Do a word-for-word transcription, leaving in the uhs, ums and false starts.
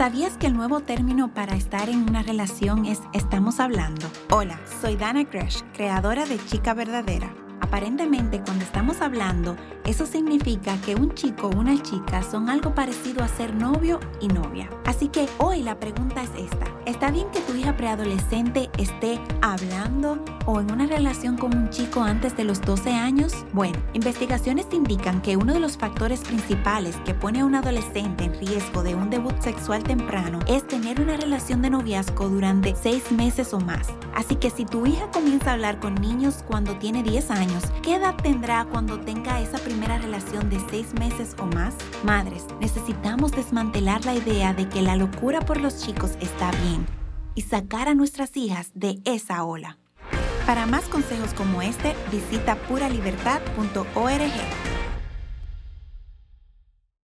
¿Sabías que el nuevo término para estar en una relación es estamos hablando? Hola, soy Dana Gresh, creadora de Chica Verdadera. Aparentemente, cuando estamos hablando, eso significa que un chico o una chica son algo parecido a ser novio y novia. Así que hoy la pregunta es esta. ¿Está bien que tu hija preadolescente esté hablando o en una relación con un chico antes de los doce años? Bueno, investigaciones indican que uno de los factores principales que pone a un adolescente en riesgo de un debut sexual temprano es tener una relación de noviazgo durante seis meses o más. Así que si tu hija comienza a hablar con niños cuando tiene diez años, ¿qué edad tendrá cuando tenga esa primera relación de seis meses o más? Madres, necesitamos desmantelar la idea de que la locura por los chicos está bien y sacar a nuestras hijas de esa ola. Para más consejos como este, visita pura libertad punto org.